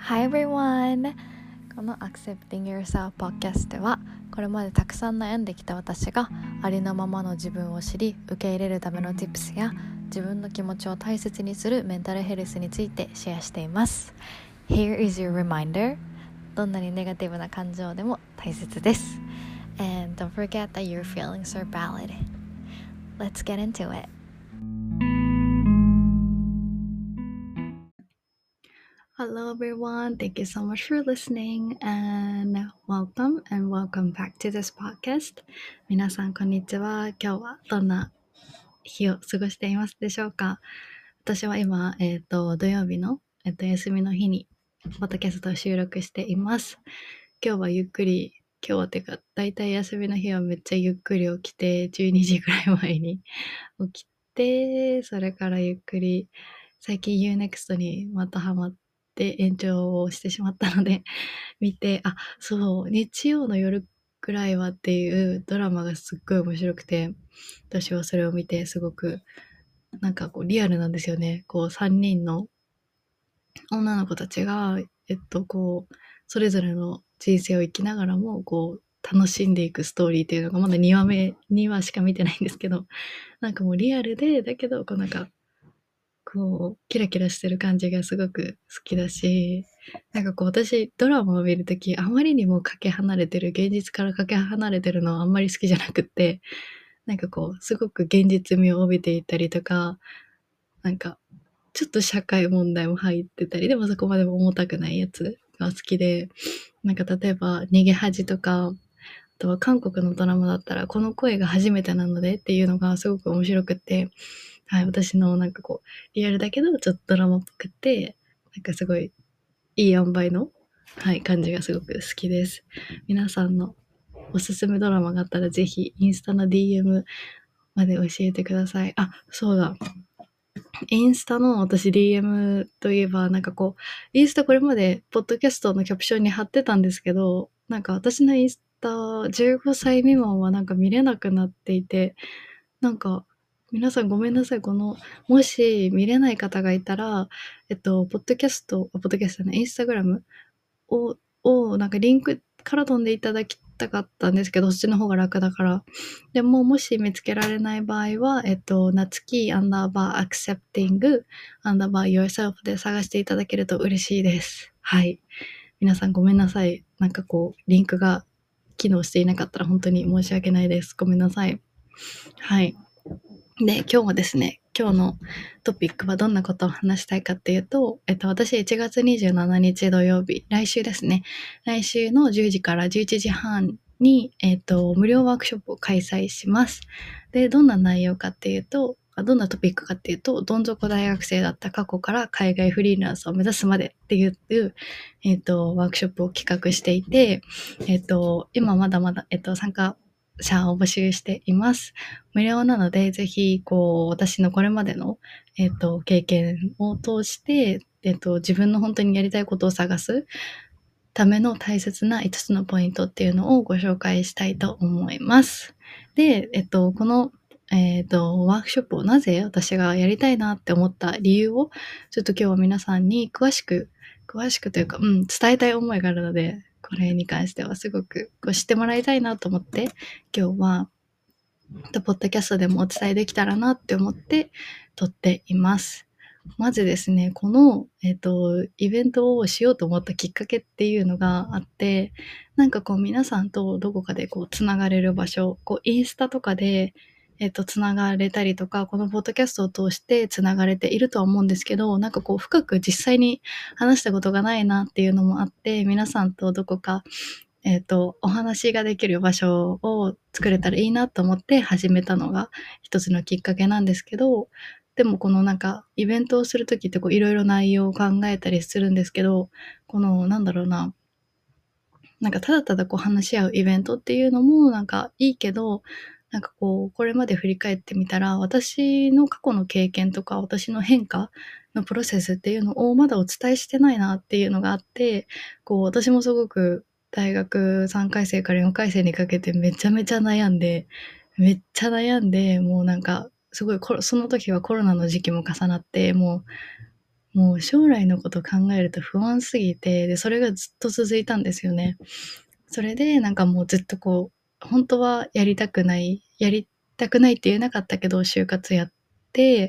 Hi everyone! この Accepting Yourself Podcast ではこれまでたくさん悩んできた私がありのままの自分を知り受け入れるための Tips や自分の気持ちを大切にするメンタルヘルスについてシェアしています。 Here is your reminder. どんなにネガティブな感情でも大切です。 And don't forget that your feelings are valid. Let's get into it.Hello everyone, thank you so much for listening and welcome back to this podcast. 皆さんこんにちは。今日はどんな日を過ごしていますでしょうか？私は今、土曜日の、休みの日にポッドキャストを収録しています。今日はゆっくり、今日はてかだいたい休みの日はめっちゃゆっくり起きて12時ぐらい前に起きて、それからゆっくり最近 Unext にまたハマって延長をしてしまったので見て、そう、日曜の夜くらいはっていうドラマがすっごい面白くて、私はそれを見てすごくなんかこうリアルなんですよね。こう3人の女の子たちが、こう、それぞれの人生を生きながらも、こう、楽しんでいくストーリーっていうのがまだ2話しか見てないんですけど、なんかもうリアルで、だけど、こうなんか、こう、キラキラしてる感じがすごく好きだし、なんかこう私、ドラマを見るとき、あまりにもかけ離れてる、現実からかけ離れてるのはあんまり好きじゃなくって、なんかこう、すごく現実味を帯びていたりとか、なんか、ちょっと社会問題も入ってたり、でもそこまでも重たくないやつが好きで、なんか例えば、逃げ恥とか、あとは韓国のドラマだったら、この声が初めてなのでっていうのがすごく面白くって、はい、私のなんかこう、リアルだけどちょっとドラマっぽくて、なんかすごいいい塩梅の、はい、感じがすごく好きです。皆さんのおすすめドラマがあったらぜひインスタの DM まで教えてください。そうだ。インスタの私 DM といえば、なんかこう、インスタこれまでポッドキャストのキャプションに貼ってたんですけど、なんか私のインスタ15歳未満はなんか見れなくなっていて、なんか皆さんごめんなさい。もし見れない方がいたら、ポッドキャストね、インスタグラムなんかリンクから飛んでいただきたかったんですけど、そっちの方が楽だから。でも、もし見つけられない場合は、なつき_accepting yourself で探していただけると嬉しいです。はい。皆さんごめんなさい。なんかこう、リンクが機能していなかったら本当に申し訳ないです。ごめんなさい。はい。で、今日はですね、今日のトピックはどんなことを話したいかっていうと、私1月27日土曜日、来週ですね、来週の10時から11時半に、無料ワークショップを開催します。で、どんな内容かっていうと、どんなトピックかっていうと、どん底大学生だった過去から海外フリーランスを目指すまでっていう、ワークショップを企画していて、今まだまだ、参加者を募集しています。無料なので、ぜひ、私のこれまでの、経験を通して、自分の本当にやりたいことを探すための大切な5つのポイントっていうのをご紹介したいと思います。で、この、ワークショップをなぜ私がやりたいなって思った理由を、ちょっと今日は皆さんに詳しくというか、伝えたい思いがあるので、これに関してはすごく知ってもらいたいなと思って、今日はポッドキャストでもお伝えできたらなって思って撮っています。まずですね、この、イベントをしようと思ったきっかけっていうのがあって、なんかこう皆さんとどこかでこうつながれる場所、インスタとかで、つながれたりとか、このポッドキャストを通してつながれているとは思うんですけど、なんかこう深く実際に話したことがないなっていうのもあって、皆さんとどこかお話ができる場所を作れたらいいなと思って始めたのが一つのきっかけなんですけど、でもこのなんかイベントをするときっていろいろ内容を考えたりするんですけど、なんかただただ話し合うイベントっていうのもなんかいいけど、なんかこれまで振り返ってみたら、私の過去の経験とか私の変化のプロセスっていうのをまだお伝えしてないなっていうのがあって、私もすごく大学3回生から4回生にかけてめちゃめちゃ悩んで、もうなんかすごいその時はコロナの時期も重なって、ももう将来のこと考えると不安すぎて、で、それがずっと続いたんですよね。それでなんかもうずっとこう、本当はやりたくないって言えなかったけど、就活やって、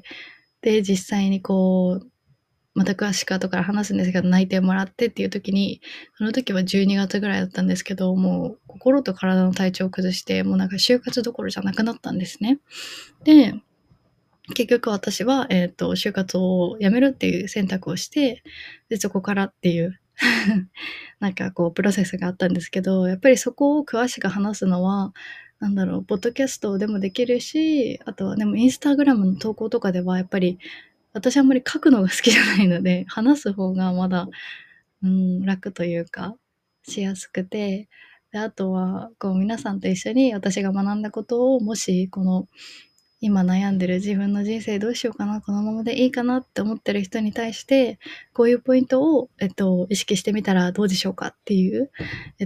で、実際にこう、また詳しく後から話すんですけど、内定もらってっていう時に、その時は12月ぐらいだったんですけど、もう心と体の体調を崩して、もうなんか就活どころじゃなくなったんですね。で、結局私は、就活を辞めるっていう選択をして、で、そこからっていうなんかこうプロセスがあったんですけど、やっぱりそこを詳しく話すのは、ポッドキャストでもできるし、あとはでもインスタグラムの投稿とかではやっぱり私あんまり書くのが好きじゃないので、話す方がまだ、楽というか、しやすくて、で、あとは、こう皆さんと一緒に私が学んだことを、もしこの今悩んでる自分の人生どうしようかな、このままでいいかなって思ってる人に対して、こういうポイントを、意識してみたらどうでしょうかっていう、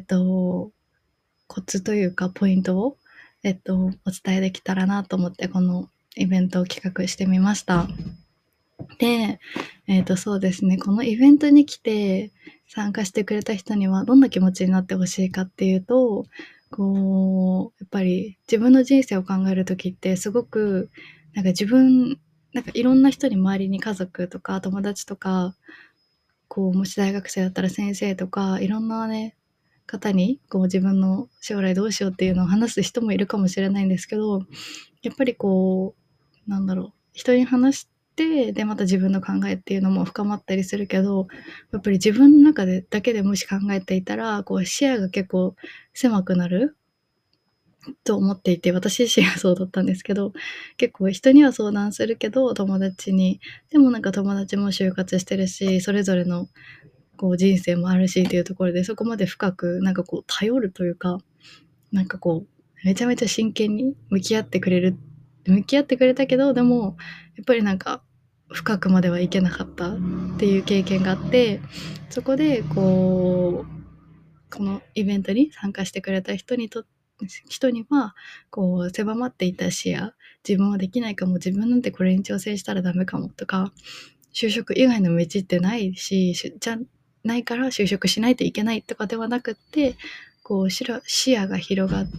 コツというかポイントを、お伝えできたらなと思って、このイベントを企画してみました。で、そうですね、このイベントに来て参加してくれた人にはどんな気持ちになってほしいかっていうと、こう、やっぱり自分の人生を考える時ってすごく、なんかいろんな人に周りに家族とか友達とか、こう、もし大学生だったら先生とか、いろんなね、方にこう自分の将来どうしようっていうのを話す人もいるかもしれないんですけど、やっぱりこう、人に話して、で、また自分の考えっていうのも深まったりするけど、やっぱり自分の中でだけでもし考えていたら、こう視野が結構狭くなると思っていて、私自身はそうだったんですけど、結構人には相談するけど、友達に、でもなんか友達も就活してるし、それぞれのこう人生もあるしっていうところで、そこまで深くなんかこう頼るというか、なんかこう、めちゃめちゃ真剣に向き合ってくれたけど、でも、やっぱりなんか、深くまではいけなかったっていう経験があって、そこで、こう、このイベントに参加してくれた人には、こう、狭まっていた視野、自分はできないかも、自分なんてこれに挑戦したらダメかもとか、就職以外の道ってないし、じゃないから就職しないといけないとかではなくって、こう、視野が広がって、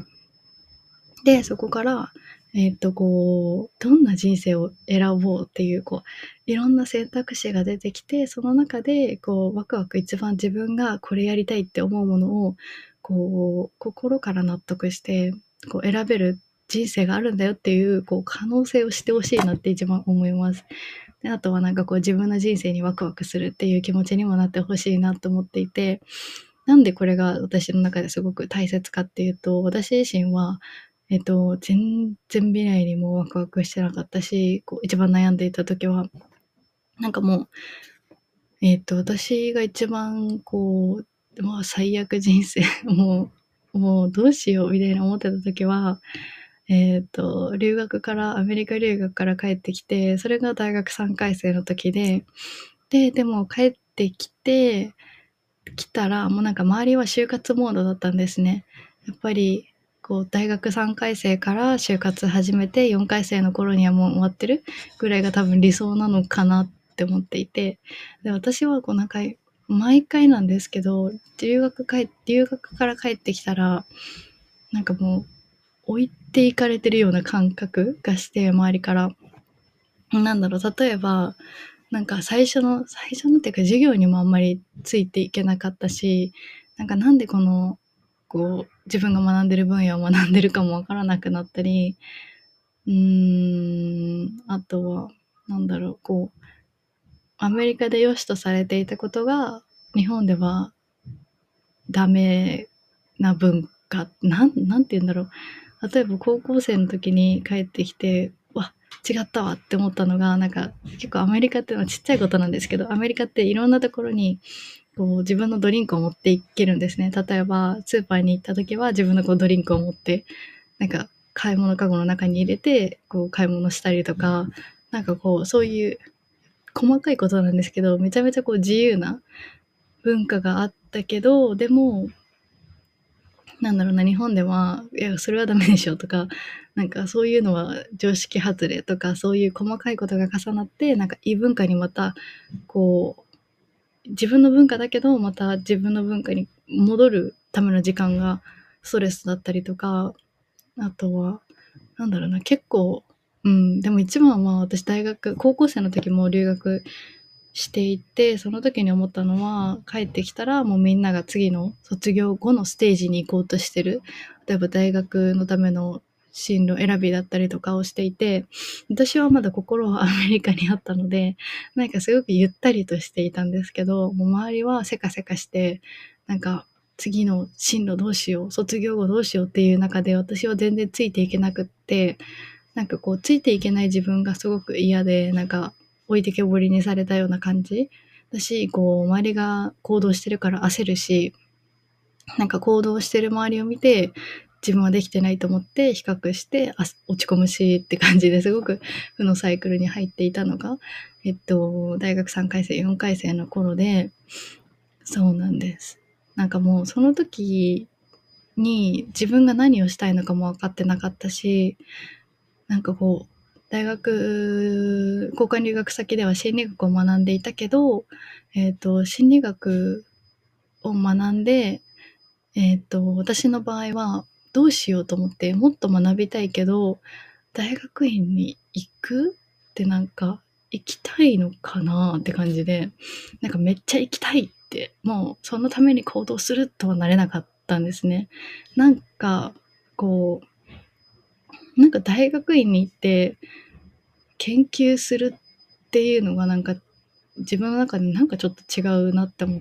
で、そこから、こう、どんな人生を選ぼうっていう、こう、いろんな選択肢が出てきて、その中で、こう、ワクワク一番自分がこれやりたいって思うものを、こう、心から納得して、こう、選べる人生があるんだよっていう、こう、可能性をしてほしいなって一番思います。で、あとはなんかこう、自分の人生にワクワクするっていう気持ちにもなってほしいなと思っていて、なんでこれが私の中ですごく大切かっていうと、私自身は、全然未来にもワクワクしてなかったし、こう一番悩んでいた時は、なんかもう、私が一番こう、もう最悪人生、もうどうしようみたいな思ってた時は、アメリカ留学から帰ってきて、それが大学3回生の時でも帰ってきたら、もうなんか周りは就活モードだったんですね。やっぱり、こう、大学3回生から就活始めて、4回生の頃にはもう終わってるぐらいが多分理想なのかなって思っていて、で、私はこうなんか、毎回なんですけど、留学から帰ってきたら、なんかもう、置いていかれてるような感覚がして、周りから。例えば、なんか最初のっていうか授業にもあんまりついていけなかったし、なんでこう、自分が学んでる分野を学んでるかもわからなくなったり、あとは、こう、アメリカで良しとされていたことが、日本ではダメな文化、なんて言うんだろう。例えば高校生の時に帰ってきて、違ったわって思ったのが、なんか結構アメリカっていうのはちっちゃいことなんですけど、アメリカっていろんなところにこう自分のドリンクを持っていけるんですね。例えばスーパーに行った時は自分のこうドリンクを持って、なんか買い物かごの中に入れてこう買い物したりとか、なんかこうそういう細かいことなんですけど、めちゃめちゃこう自由な文化があったけど、でもなんだろうな、日本では、いや、それはダメでしょとか、なんかそういうのは常識外れとか、そういう細かいことが重なって、なんか異文化にまた、こう、自分の文化だけど、また自分の文化に戻るための時間がストレスだったりとか、あとは、なんだろうな、結構、でも一番は私高校生の時も留学していて、その時に思ったのは、帰ってきたらもうみんなが次の卒業後のステージに行こうとしてる。例えば大学のための進路選びだったりとかをしていて、私はまだ心はアメリカにあったので、なんかすごくゆったりとしていたんですけど、もう周りはせかせかして、なんか次の進路どうしよう、卒業後どうしようっていう中で私は全然ついていけなくって、なんかこうついていけない自分がすごく嫌で、なんか置いてけぼりにされたような感じだし、こう周りが行動してるから焦るし、なんか行動してる周りを見て、自分はできてないと思って比較して落ち込むしって感じですごく負のサイクルに入っていたのが、大学3回生、4回生の頃で、そうなんです。なんかもうその時に自分が何をしたいのかも分かってなかったし、なんかこう、交換留学先では心理学を学んでいたけど、心理学を学んで、私の場合はどうしようと思って、もっと学びたいけど、大学院に行くってなんか、行きたいのかなって感じで、なんかめっちゃ行きたいって、もうそのために行動するとはなれなかったんですね。なんか、こなんか大学院に行って研究するっていうのがなんか自分の中でなんかちょっと違うなって思って、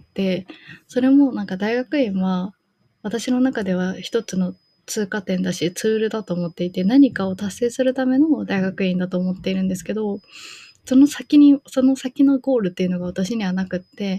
それもなんか大学院は私の中では一つの通過点だしツールだと思っていて、何かを達成するための大学院だと思っているんですけど、その先のゴールっていうのが私にはなくって、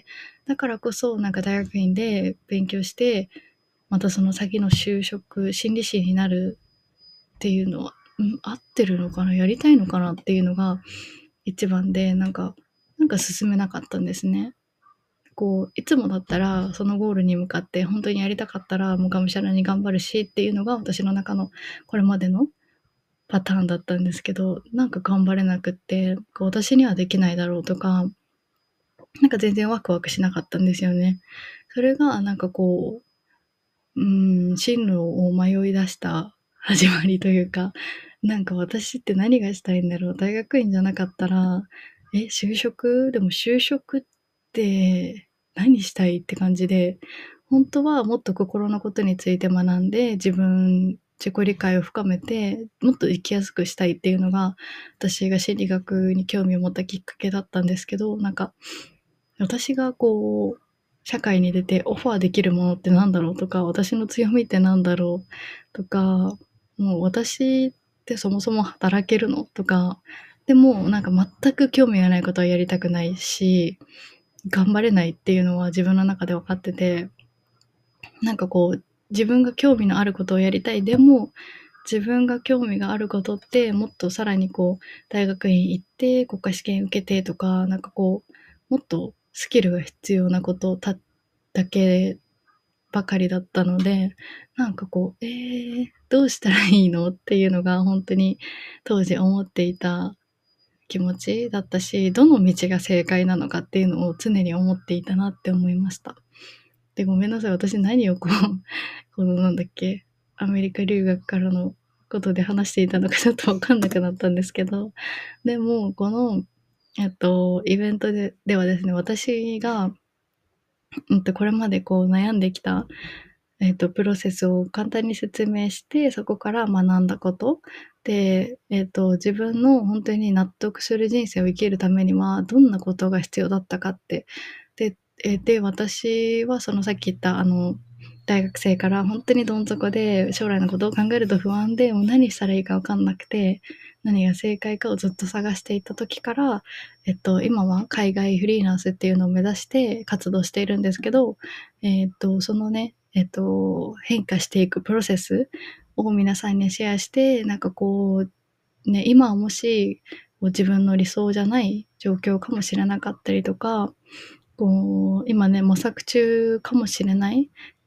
だからこそなんか大学院で勉強して、またその先の就職、心理師になるっていうのは、合ってるのかな、やりたいのかなっていうのが一番で、なんか進めなかったんですね。こう、いつもだったら、そのゴールに向かって本当にやりたかったら、もうがむしゃらに頑張るしっていうのが私の中のこれまでのパターンだったんですけど、なんか頑張れなくって、こう私にはできないだろうとか、なんか全然ワクワクしなかったんですよね。それがなんかこ進路を迷い出した始まりというか、なんか私って何がしたいんだろう、大学院じゃなかったら、就職？でも就職って何したいって感じで、本当はもっと心のことについて学んで、自己理解を深めて、もっと生きやすくしたいっていうのが、私が心理学に興味を持ったきっかけだったんですけど、なんか私がこう、社会に出てオファーできるものってなんだろうとか、私の強みってなんだろうとか、もう私ってそもそも働けるのとか、でもなんか全く興味がないことはやりたくないし、頑張れないっていうのは自分の中で分かってて、なんかこう、自分が興味のあることをやりたい。でも、自分が興味があることって、もっとさらにこう、大学院行って、国家試験受けてとか、なんかこう、もっとスキルが必要なことだけばかりだったので、なんかこう、どうしたらいいのっていうのが本当に当時思っていた気持ちだったし、どの道が正解なのかっていうのを常に思っていたなって思いました。で、ごめんなさい。私何をこう、このなんだっけ、アメリカ留学からのことで話していたのかちょっとわかんなくなったんですけど、でも、この、イベントではですね、私が、これまでこう悩んできた、プロセスを簡単に説明して、そこから学んだことで、自分の本当に納得する人生を生きるためには、どんなことが必要だったかって。で、私はそのさっき言った大学生から本当にどん底で、将来のことを考えると不安で、もう何したらいいかわかんなくて、何が正解かをずっと探していた時から、今は海外フリーランスっていうのを目指して活動しているんですけど、そのね、変化していくプロセスを皆さんにシェアして、なんかこう、ね、今はもし、自分の理想じゃない状況かもしれなかったりとか、こう、今ね、模索中かもしれない。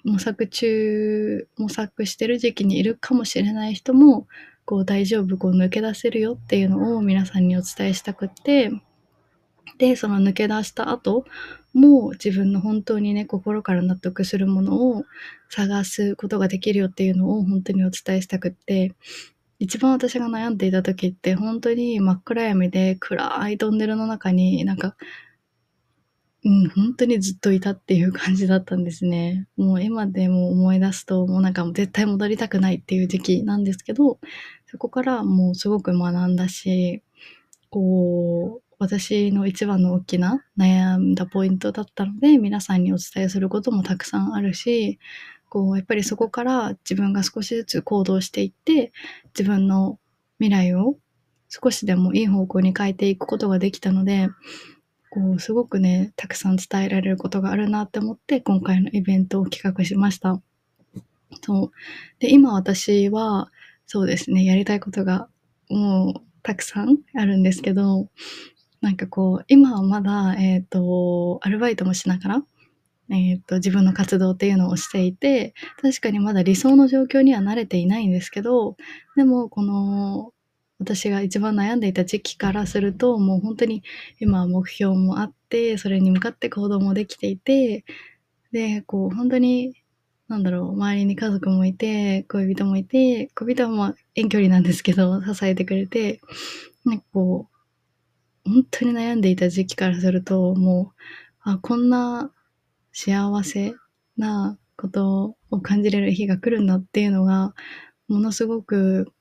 模索してる時期にいるかもしれない人も、大丈夫、抜け出せるよっていうのを皆さんにお伝えしたくって、で、その抜け出した後も自分の本当にね、心から納得するものを探すことができるよっていうのを本当にお伝えしたくって、一番私が悩んでいた時って本当に真っ暗闇で暗いトンネルの中に本当にずっといたっていう感じだったんですね。もう今でも思い出すと、もう絶対戻りたくないっていう時期なんですけど、そこからもうすごく学んだし、私の一番の大きな悩んだポイントだったので、皆さんにお伝えすることもたくさんあるし、やっぱりそこから自分が少しずつ行動していって、自分の未来を少しでもいい方向に変えていくことができたので、すごくね、たくさん伝えられることがあるなって思って、今回のイベントを企画しました。そう。で、今私は、そうですね、やりたいことがもうたくさんあるんですけど、今はまだ、アルバイトもしながら、自分の活動っていうのをしていて、確かにまだ理想の状況には慣れていないんですけど、でも私が一番悩んでいた時期からすると、もう本当に今は目標もあって、それに向かって行動もできていて、で、本当に、周りに家族もいて、恋人もいて、恋人は遠距離なんですけど、支えてくれて、本当に悩んでいた時期からすると、もう、こんな幸せなことを感じれる日が来るんだっていうのが、ものすごく、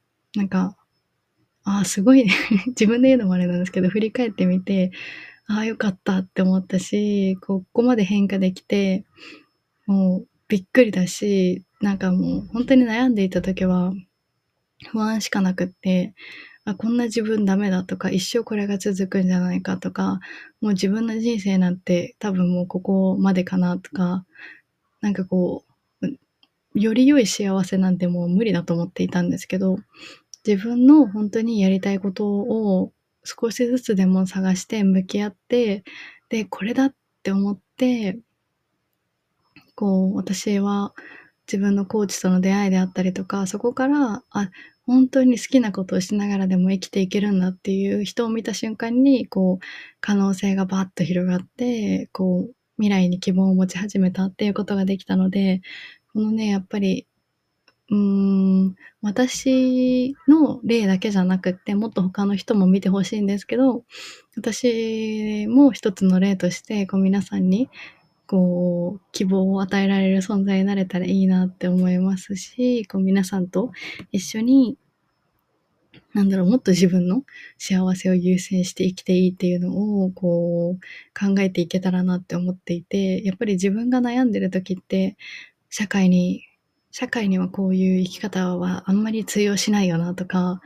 すごいね自分で言うのもあれなんですけど、振り返ってみて、よかったって思ったし、ここまで変化できて、もうびっくりだし、もう本当に悩んでいた時は不安しかなくって、こんな自分ダメだとか、一生これが続くんじゃないかとか、もう自分の人生なんて多分もうここまでかなとか、なんかこより良い幸せなんてもう無理だと思っていたんですけど、自分の本当にやりたいことを少しずつでも探して向き合って、で、これだって思って、私は自分のコーチとの出会いであったりとか、そこから、本当に好きなことをしながらでも生きていけるんだっていう人を見た瞬間に、可能性がバーッと広がって、未来に希望を持ち始めたっていうことができたので、このね、やっぱり私の例だけじゃなくって、もっと他の人も見てほしいんですけど、私も一つの例として、皆さんに、希望を与えられる存在になれたらいいなって思いますし、皆さんと一緒に、もっと自分の幸せを優先して生きていいっていうのを、考えていけたらなって思っていて、やっぱり自分が悩んでる時って、社会に社会にはこういう生き方はあんまり通用しないよなとか、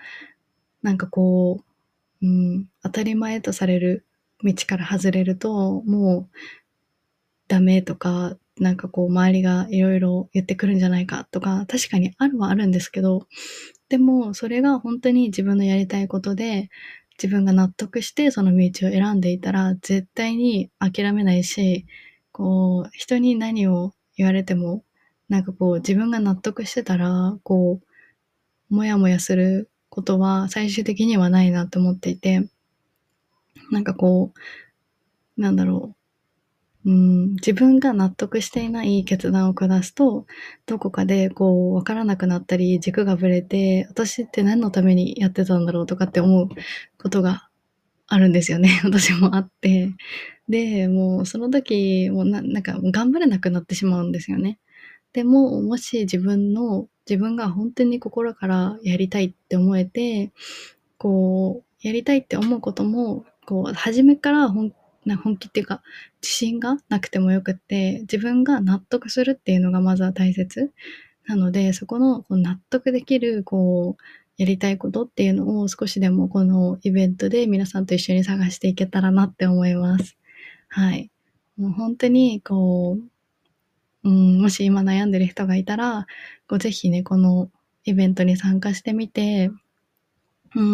当たり前とされる道から外れると、もうダメとか、周りがいろいろ言ってくるんじゃないかとか、確かにあるはあるんですけど、でもそれが本当に自分のやりたいことで、自分が納得してその道を選んでいたら、絶対に諦めないし、人に何を言われても、自分が納得してたら、もやもやすることは最終的にはないなと思っていて、なんかこなんだろ自分が納得していない決断を下すと、どこかでわからなくなったり、軸がぶれて、私って何のためにやってたんだろうとかって思うことがあるんですよね。私もあって。で、もうその時、もうもう頑張れなくなってしまうんですよね。でも、もし自分が本当に心からやりたいって思えて、やりたいって思うことも、初めから本気っていうか、自信がなくてもよくって、自分が納得するっていうのがまずは大切。なので、そこの納得できる、やりたいことっていうのを少しでもこのイベントで皆さんと一緒に探していけたらなって思います。はい。もう本当にもし今悩んでる人がいたら、ぜひね、このイベントに参加してみて、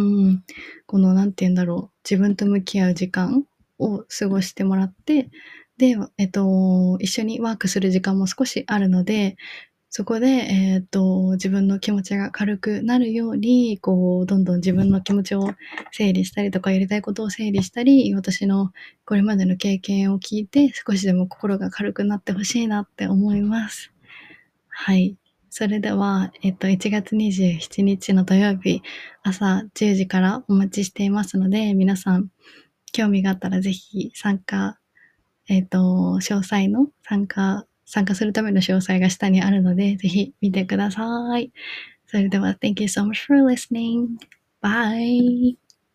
なんて言うんだろう、自分と向き合う時間を過ごしてもらって、 で、一緒にワークする時間も少しあるので、そこで、自分の気持ちが軽くなるように、こう、どんどん自分の気持ちを整理したりとか、やりたいことを整理したり、私のこれまでの経験を聞いて、少しでも心が軽くなってほしいなって思います。はい。それでは、1月27日の土曜日、朝10時からお待ちしていますので、皆さん、興味があったらぜひ詳細の参加するための詳細が下にあるので、ぜひ見てください。それでは、Thank you so much for listening. Bye!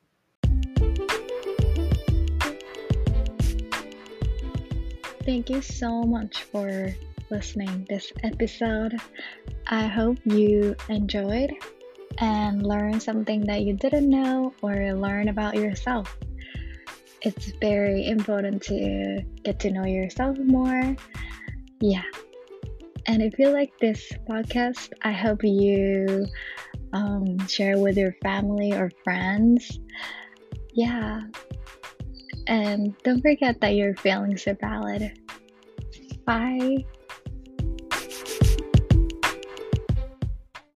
Thank you so much for listening this episode. I hope you enjoyed and learned something that you didn't know or learn about yourself. It's very important to get to know yourself more. Yeah. And if you like this podcast, I hope you share with your family or friends. Yeah. And don't forget that your feelings are valid. Bye.